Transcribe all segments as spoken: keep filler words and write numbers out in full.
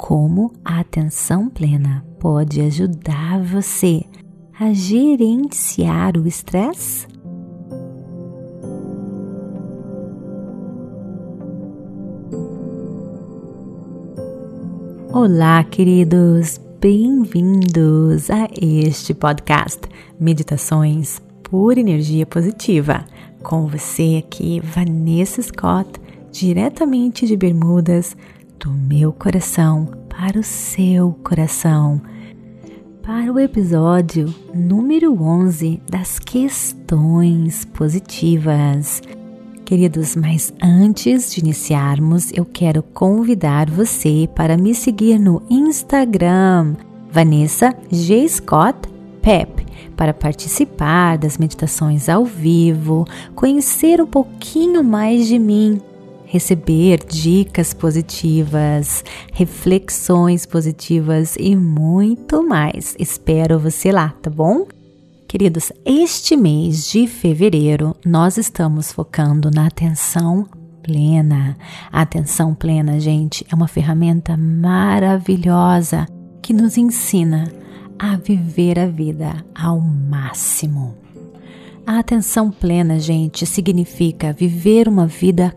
como a atenção plena pode ajudar você a gerenciar o estresse? Olá, queridos! Bem-vindos a este podcast Meditações por Energia Positiva. Com você aqui, Vanessa Scott, diretamente de Bermudas, do meu coração para o seu coração, para o episódio número onze das questões positivas. Queridos, mas antes de iniciarmos, eu quero convidar você para me seguir no Instagram, Vanessa G. Scott Pep, para participar das meditações ao vivo, conhecer um pouquinho mais de mim, receber dicas positivas, reflexões positivas e muito mais. Espero você lá, tá bom? Queridos, este mês de fevereiro, nós estamos focando na atenção plena. A atenção plena, gente, é uma ferramenta maravilhosa que nos ensina a viver a vida ao máximo. A atenção plena, gente, significa viver uma vida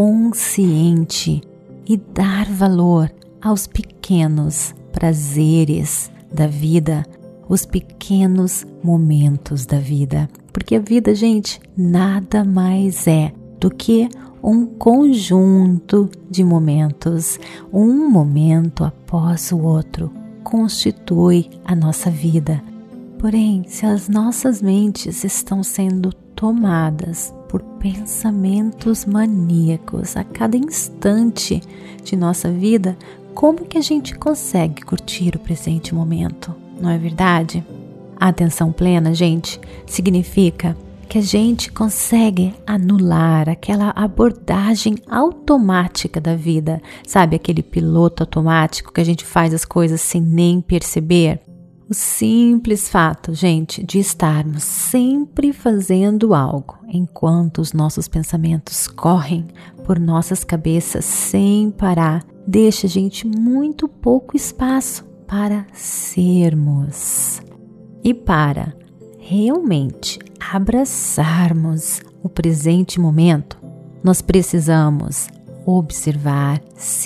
consciente e dar valor aos pequenos prazeres da vida, os pequenos momentos da vida. Porque a vida, gente, nada mais é do que um conjunto de momentos. Um momento após o outro constitui a nossa vida. Porém, se as nossas mentes estão sendo tomadas por pensamentos maníacos a cada instante de nossa vida, como que a gente consegue curtir o presente momento? Não é verdade? A atenção plena, gente, significa que a gente consegue anular aquela abordagem automática da vida, sabe? Aquele piloto automático que a gente faz as coisas sem nem perceber. O simples fato, gente, de estarmos sempre fazendo algo enquanto os nossos pensamentos correm por nossas cabeças sem parar, deixa a gente muito pouco espaço para sermos e para realmente abraçarmos o presente momento. Nós precisamos observar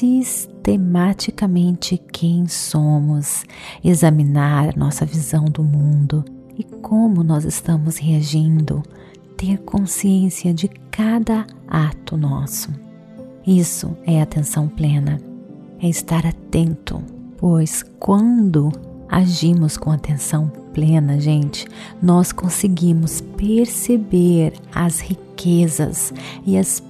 sistematicamente quem somos, examinar nossa visão do mundo e como nós estamos reagindo, ter consciência de cada ato nosso. Isso é atenção plena, é estar atento. Pois quando agimos com atenção plena, gente, nós conseguimos perceber as riquezas e as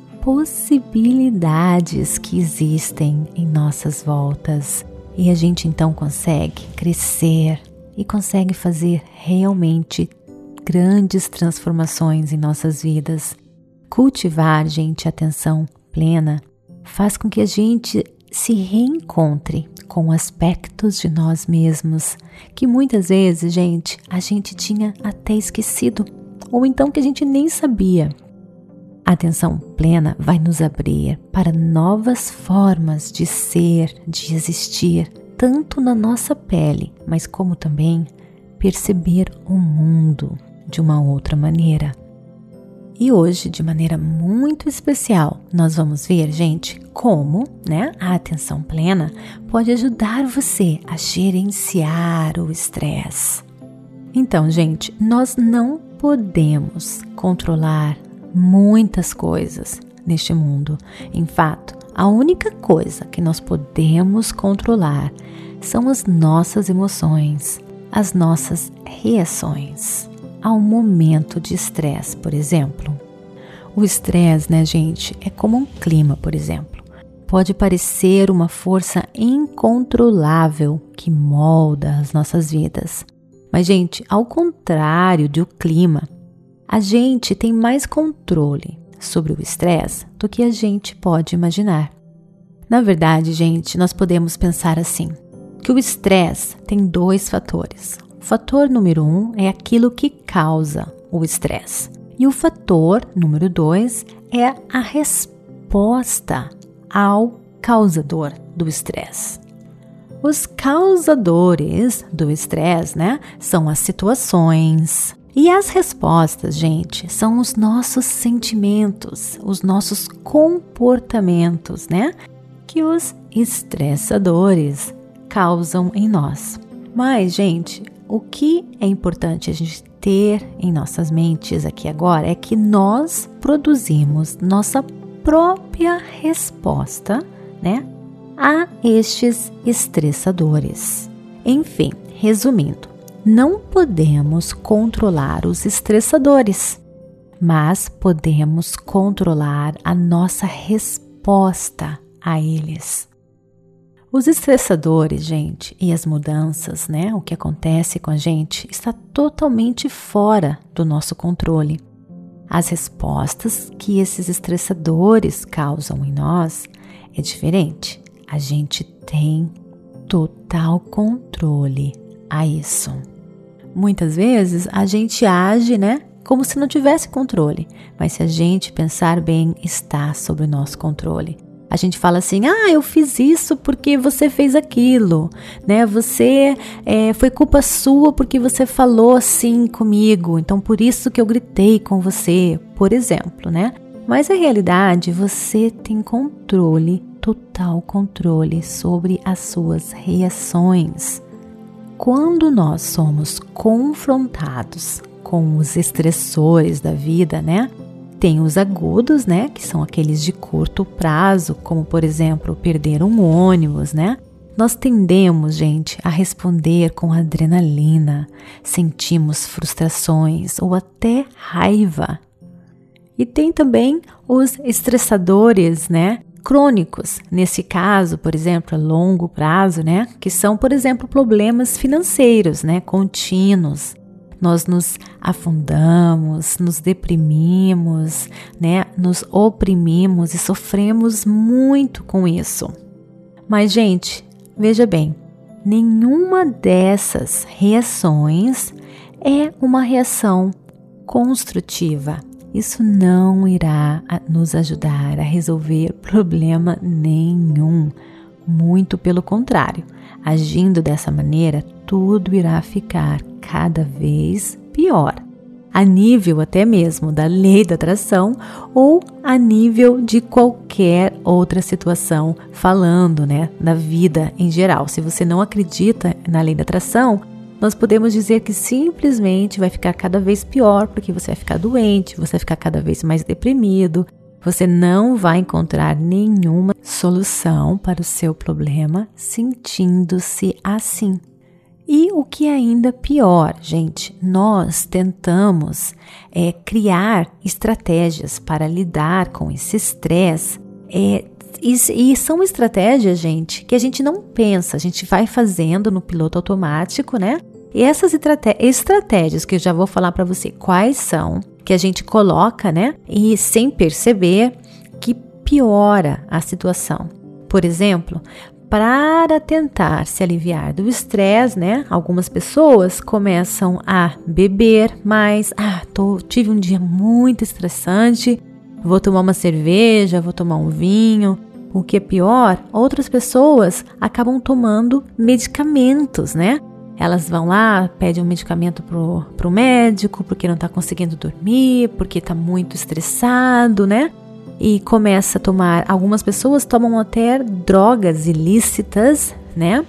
possibilidades que existem em nossas voltas. E a gente então consegue crescer e consegue fazer realmente grandes transformações em nossas vidas. Cultivar, gente, a atenção plena faz com que a gente se reencontre com aspectos de nós mesmos que muitas vezes, gente, a gente tinha até esquecido ou então que a gente nem sabia. A atenção plena vai nos abrir para novas formas de ser, de existir, tanto na nossa pele, mas como também perceber o mundo de uma outra maneira. E hoje, de maneira muito especial, nós vamos ver, gente, como, né, a atenção plena pode ajudar você a gerenciar o estresse. Então, gente, nós não podemos controlar muitas coisas neste mundo. Em fato, a única coisa que nós podemos controlar são as nossas emoções, as nossas reações a um momento de estresse, por exemplo. O estresse, né, gente, é como um clima, por exemplo. Pode parecer uma força incontrolável que molda as nossas vidas. Mas, gente, ao contrário do clima, a gente tem mais controle sobre o estresse do que a gente pode imaginar. Na verdade, gente, nós podemos pensar assim, que o estresse tem dois fatores. O fator número um é aquilo que causa o estresse. E o fator número dois é a resposta ao causador do estresse. Os causadores do estresse, né, são as situações. E as respostas, gente, são os nossos sentimentos, os nossos comportamentos, né, que os estressadores causam em nós. Mas, gente, o que é importante a gente ter em nossas mentes aqui agora é que nós produzimos nossa própria resposta, né, a estes estressadores. Enfim, resumindo, não podemos controlar os estressadores, mas podemos controlar a nossa resposta a eles. Os estressadores, gente, e as mudanças, né, o que acontece com a gente, está totalmente fora do nosso controle. As respostas que esses estressadores causam em nós é diferente. A gente tem total controle a isso. Muitas vezes a gente age, né, como se não tivesse controle, mas se a gente pensar bem, está sob o nosso controle. A gente fala assim, ah, eu fiz isso porque você fez aquilo, né? Você, é, foi culpa sua porque você falou assim comigo, então por isso que eu gritei com você, por exemplo, né? Mas a realidade, você tem controle, total controle sobre as suas reações. Quando nós somos confrontados com os estressores da vida, né? Tem os agudos, né, que são aqueles de curto prazo, como por exemplo, perder um ônibus, né? Nós tendemos, gente, a responder com adrenalina, sentimos frustrações ou até raiva. E tem também os estressadores, né, crônicos. Nesse caso, por exemplo, a longo prazo, né, que são, por exemplo, problemas financeiros, né, contínuos. Nós nos afundamos, nos deprimimos, né? Nos oprimimos e sofremos muito com isso. Mas, gente, veja bem, nenhuma dessas reações é uma reação construtiva. Isso não irá nos ajudar a resolver problema nenhum. Muito pelo contrário, agindo dessa maneira, tudo irá ficar cada vez pior, a nível até mesmo da lei da atração ou a nível de qualquer outra situação, falando, né, da vida em geral. Se você não acredita na lei da atração, nós podemos dizer que simplesmente vai ficar cada vez pior, porque você vai ficar doente, você vai ficar cada vez mais deprimido, você não vai encontrar nenhuma solução para o seu problema sentindo-se assim. E o que é ainda pior, gente, nós tentamos é, criar estratégias para lidar com esse estresse é, e, e são estratégias, gente, que a gente não pensa, a gente vai fazendo no piloto automático, né? E essas estratégias que eu já vou falar para você quais são, que a gente coloca, né? E sem perceber que piora a situação. Por exemplo, para tentar se aliviar do estresse, né? Algumas pessoas começam a beber mais. Ah, tô, tive um dia muito estressante, vou tomar uma cerveja, vou tomar um vinho. O que é pior, outras pessoas acabam tomando medicamentos, né? Elas vão lá, pedem um medicamento pro, pro médico porque não tá conseguindo dormir, porque tá muito estressado, né? E começa a tomar, algumas pessoas tomam até drogas ilícitas, né?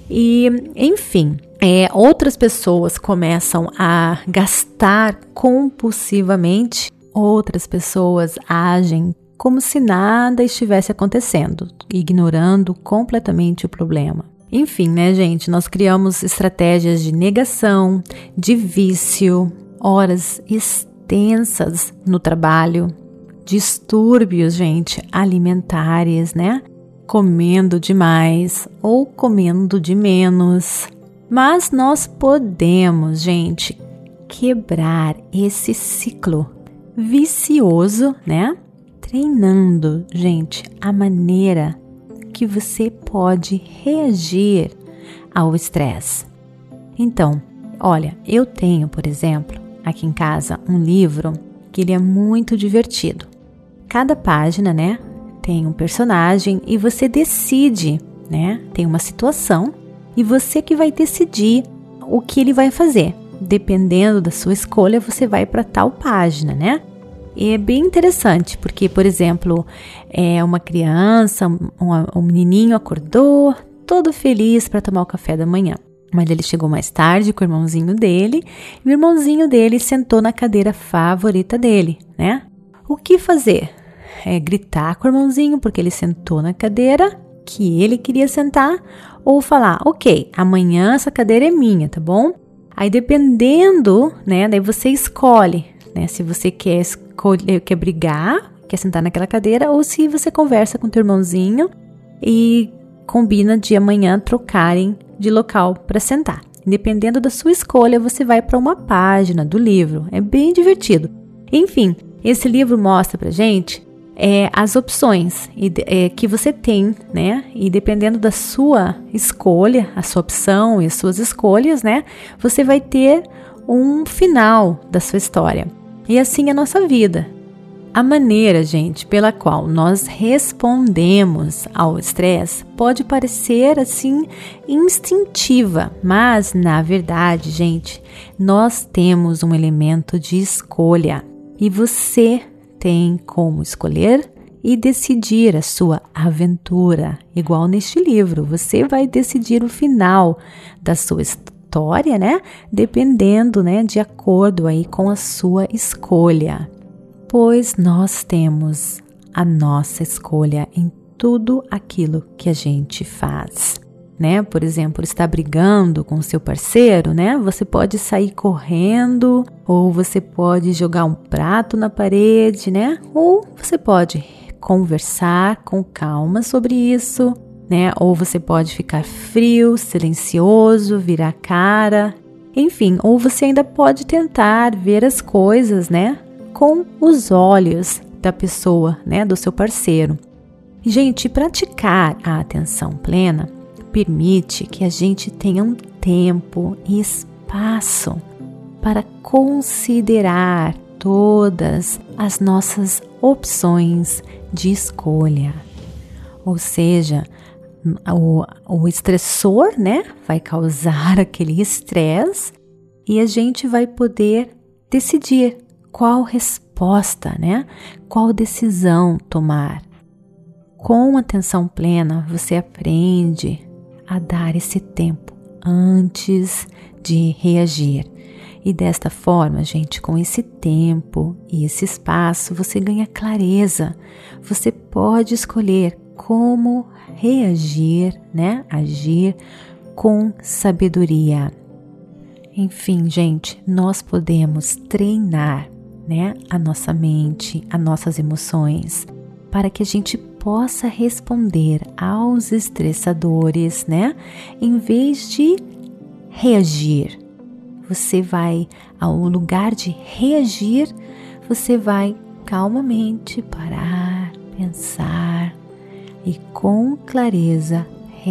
E, enfim, é, outras pessoas começam a gastar compulsivamente, outras pessoas agem como se nada estivesse acontecendo, ignorando completamente o problema. Enfim, né, gente, nós criamos estratégias de negação, de vício, horas extensas no trabalho, distúrbios, gente, alimentares, né? Comendo demais ou comendo de menos. Mas nós podemos, gente, quebrar esse ciclo vicioso, né? Treinando, gente, a maneira que você pode reagir ao estresse. Então, olha, eu tenho, por exemplo, aqui em casa um livro que ele é muito divertido. Cada página, né, tem um personagem e você decide, né, tem uma situação e você que vai decidir o que ele vai fazer. Dependendo da sua escolha, você vai para tal página, né? E é bem interessante, porque, por exemplo, é uma criança, um, um menininho acordou, todo feliz para tomar o café da manhã. Mas ele chegou mais tarde com o irmãozinho dele, e o irmãozinho dele sentou na cadeira favorita dele, né? O que fazer? É gritar com o irmãozinho porque ele sentou na cadeira que ele queria sentar, ou falar, ok, amanhã essa cadeira é minha, tá bom? Aí dependendo, né, daí você escolhe, né, se você quer escolher, quer brigar, quer sentar naquela cadeira, ou se você conversa com teu irmãozinho e combina de amanhã trocarem de local para sentar. Dependendo da sua escolha, você vai para uma página do livro. É bem divertido. Enfim, esse livro mostra pra gente é, as opções é, que você tem, né? E dependendo da sua escolha, a sua opção e as suas escolhas, né? Você vai ter um final da sua história. E assim é a nossa vida. A maneira, gente, pela qual nós respondemos ao estresse pode parecer, assim, instintiva, mas, na verdade, gente, nós temos um elemento de escolha e você tem como escolher e decidir a sua aventura. Igual neste livro, você vai decidir o final da sua história, né? Dependendo, né, de acordo aí com a sua escolha. Pois nós temos a nossa escolha em tudo aquilo que a gente faz, né? Por exemplo, está brigando com seu parceiro, né? Você pode sair correndo, ou você pode jogar um prato na parede, né? Ou você pode conversar com calma sobre isso, né? Ou você pode ficar frio, silencioso, virar a cara, enfim, ou você ainda pode tentar ver as coisas, né? Com os olhos da pessoa, né, do seu parceiro. Gente, praticar a atenção plena permite que a gente tenha um tempo e espaço para considerar todas as nossas opções de escolha. Ou seja, o, o estressor, né, vai causar aquele estresse e a gente vai poder decidir qual resposta, né? Qual decisão tomar. Com atenção plena, você aprende a dar esse tempo antes de reagir. E desta forma, gente, com esse tempo e esse espaço, você ganha clareza. Você pode escolher como reagir, né? Agir com sabedoria. Enfim, gente, nós podemos treinar, né, a nossa mente, as nossas emoções, para que a gente possa responder aos estressadores, né, em vez de reagir. Você vai, ao lugar de reagir, você vai calmamente parar, pensar e com clareza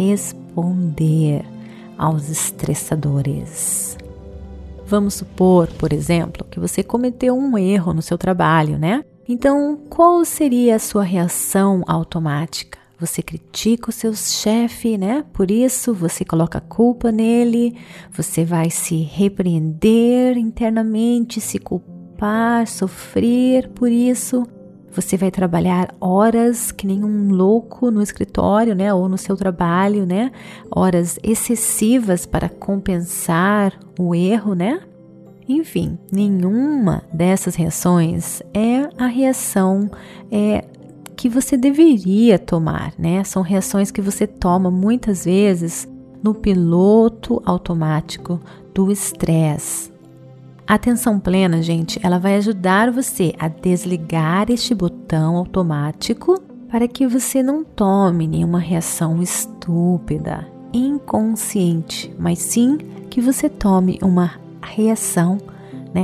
responder aos estressadores. Vamos supor, por exemplo, que você cometeu um erro no seu trabalho, né? Então, qual seria a sua reação automática? Você critica o seu chefe, né? Por isso, você coloca a culpa nele, você vai se repreender internamente, se culpar, sofrer por isso. Você vai trabalhar horas que nem um louco no escritório, né? Ou no seu trabalho, né? Horas excessivas para compensar o erro, né? Enfim, nenhuma dessas reações é a reação é, que você deveria tomar, né? São reações que você toma muitas vezes no piloto automático do estresse. A atenção plena, gente, ela vai ajudar você a desligar este botão automático para que você não tome nenhuma reação estúpida, inconsciente, mas sim que você tome uma reação, né,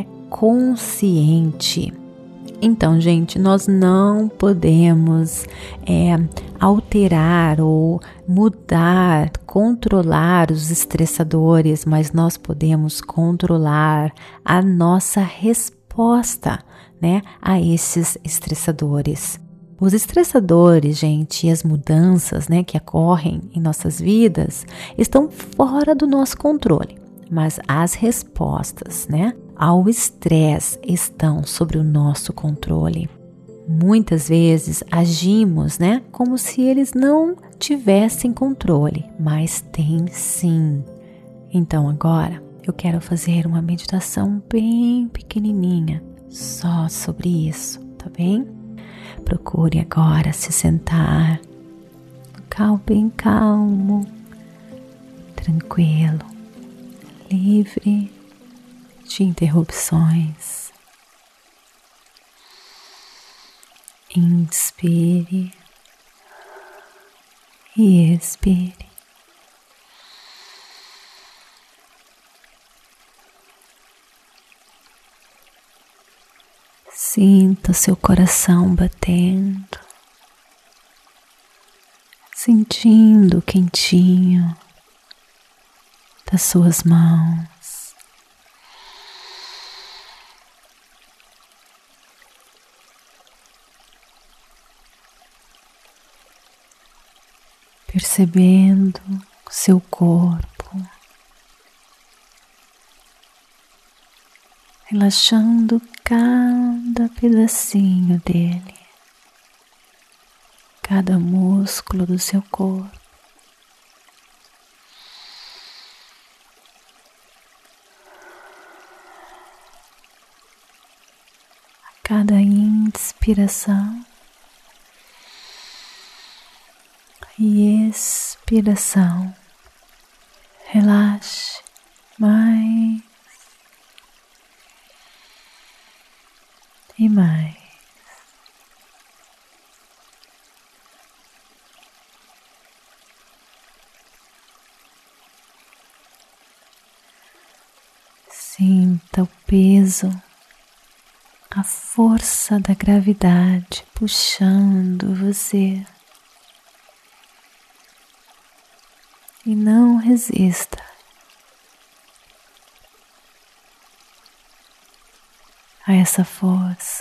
consciente. Então, gente, nós não podemos é, alterar ou mudar, controlar os estressadores, mas nós podemos controlar a nossa resposta, né, a esses estressadores. Os estressadores, gente, e as mudanças, né, que ocorrem em nossas vidas estão fora do nosso controle, mas as respostas, né, ao estresse estão sob o nosso controle. Muitas vezes agimos, né, como se eles não tivessem controle, mas tem sim. Então agora eu quero fazer uma meditação bem pequenininha só sobre isso, tá bem? Procure agora se sentar, um local bem calmo, tranquilo, livre de interrupções. Inspire e expire. Sinta seu coração batendo, sentindo o quentinho das suas mãos. Percebendo o seu corpo, relaxando cada pedacinho dele, cada músculo do seu corpo. A cada inspiração e expiração, relaxe mais e mais. Sinta o peso, a força da gravidade puxando você. E não resista. A essa força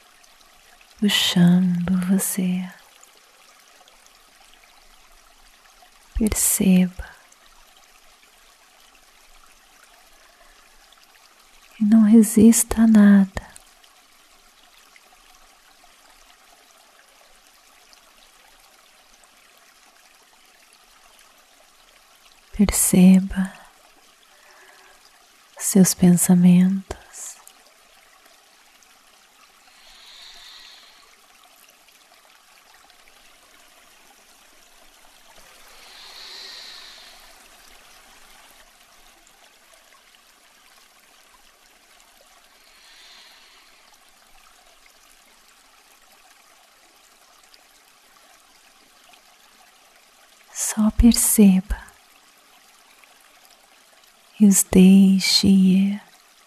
puxando você. Perceba e não resista a nada. Perceba seus pensamentos. Só perceba e os deixe ir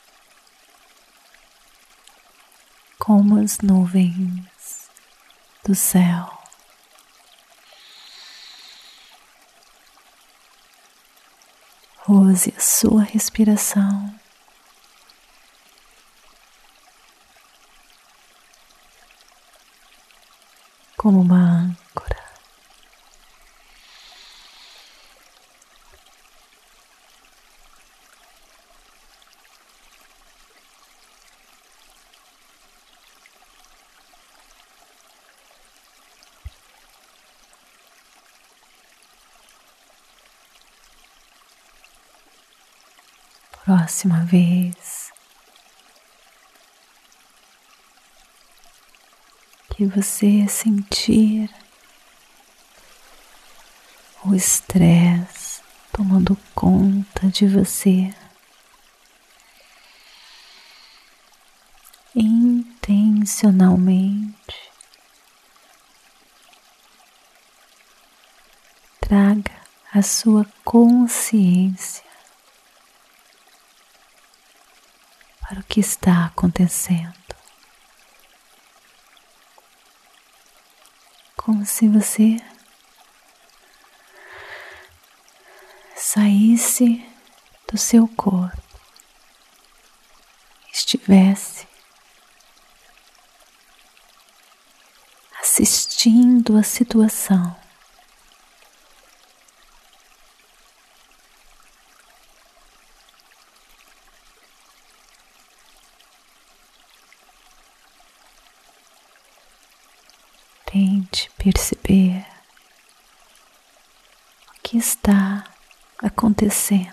como as nuvens do céu. Use a sua respiração como uma âncora. Próxima vez que você sentir o estresse tomando conta de você, intencionalmente traga a sua consciência para o que está acontecendo, como se você saísse do seu corpo, estivesse a assistindo a situação. Tente perceber o que está acontecendo.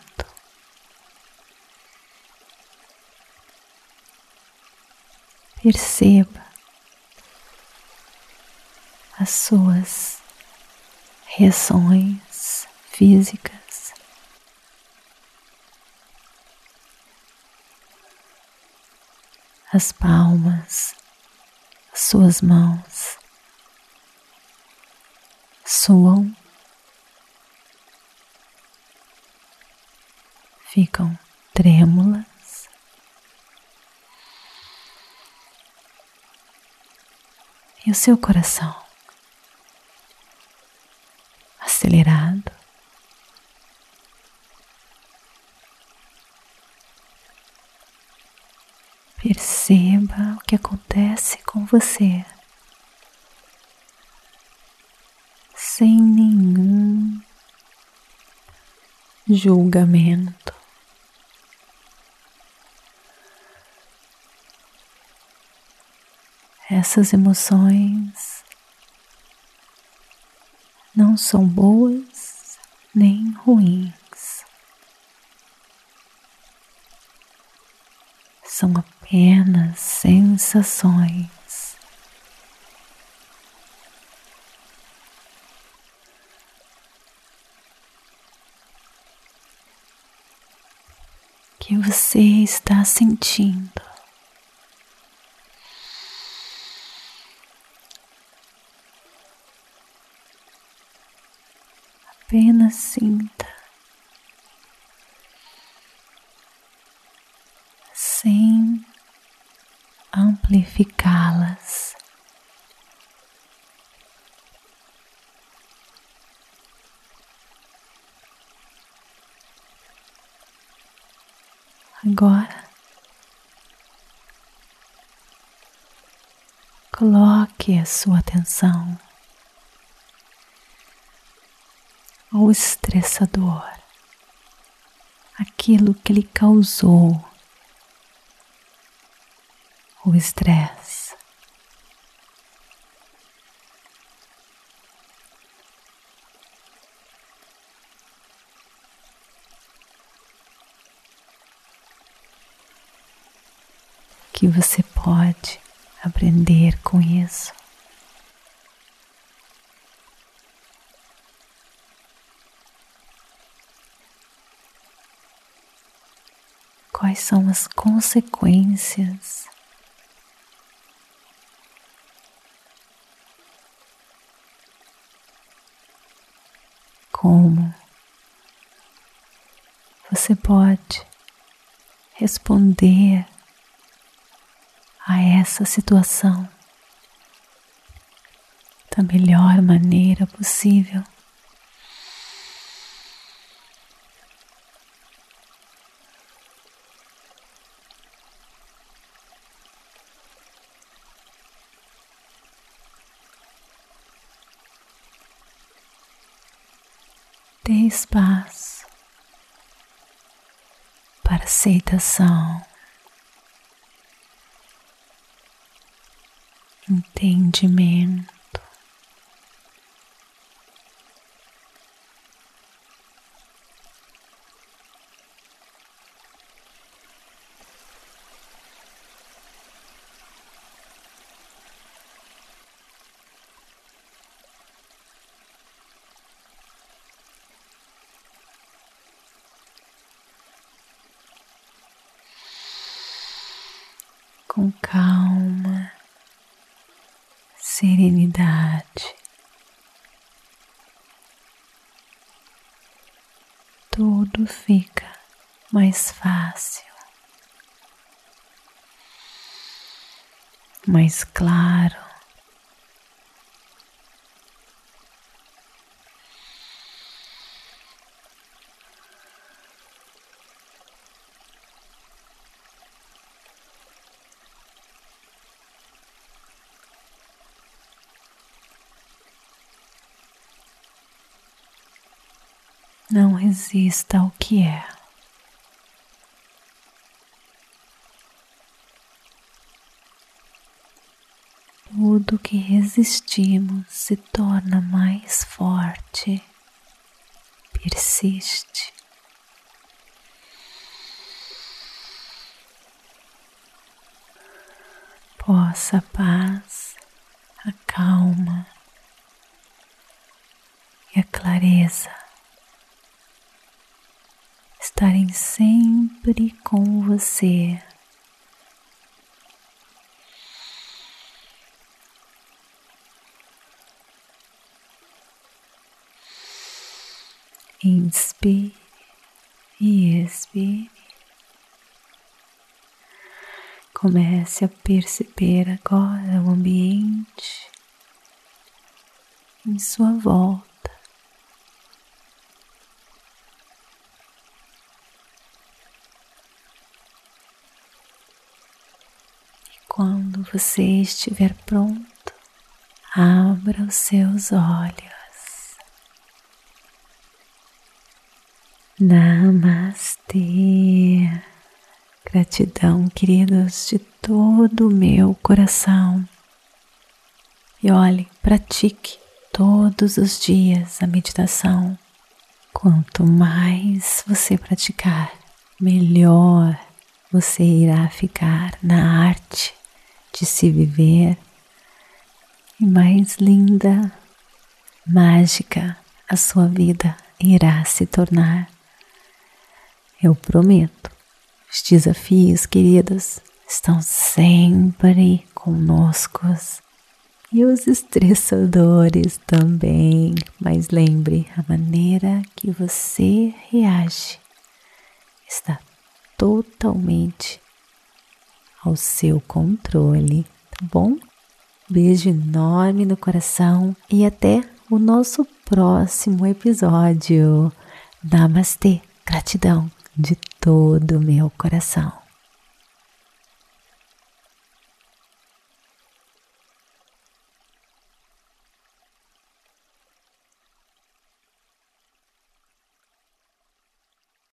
Perceba as suas reações físicas. As palmas, as suas mãos suam, ficam trêmulas. E o seu coração acelerado. Perceba o que acontece com você sem nenhum julgamento. Essas emoções não são boas nem ruins. São apenas sensações. Que você está sentindo. Apenas sinta, sem amplificá-las. Agora, coloque a sua atenção ao estressador, aquilo que lhe causou o estresse. Que você pode aprender com isso. Quais são as consequências como você pode responder a essa situação da melhor maneira possível. Dê espaço para aceitação, entendimento. Com calma, serenidade, tudo fica mais fácil, mais claro. Não resista ao que é. Tudo que resistimos se torna mais forte, persiste. Possa a paz, a calma e a clareza estarem sempre com você. Inspire e expire. Comece a perceber agora o ambiente em sua volta. E quando você estiver pronto, abra os seus olhos. Namastê. Gratidão, queridos, de todo o meu coração. E olhe, pratique todos os dias a meditação. Quanto mais você praticar, melhor você irá ficar na arte de se viver. E mais linda, mágica a sua vida irá se tornar. Eu prometo. Os desafios, queridos, estão sempre conosco e os estressadores também, mas lembre, a maneira que você reage está totalmente ao seu controle, tá bom? Beijo enorme no coração e até o nosso próximo episódio. Namastê, gratidão de todo o meu coração.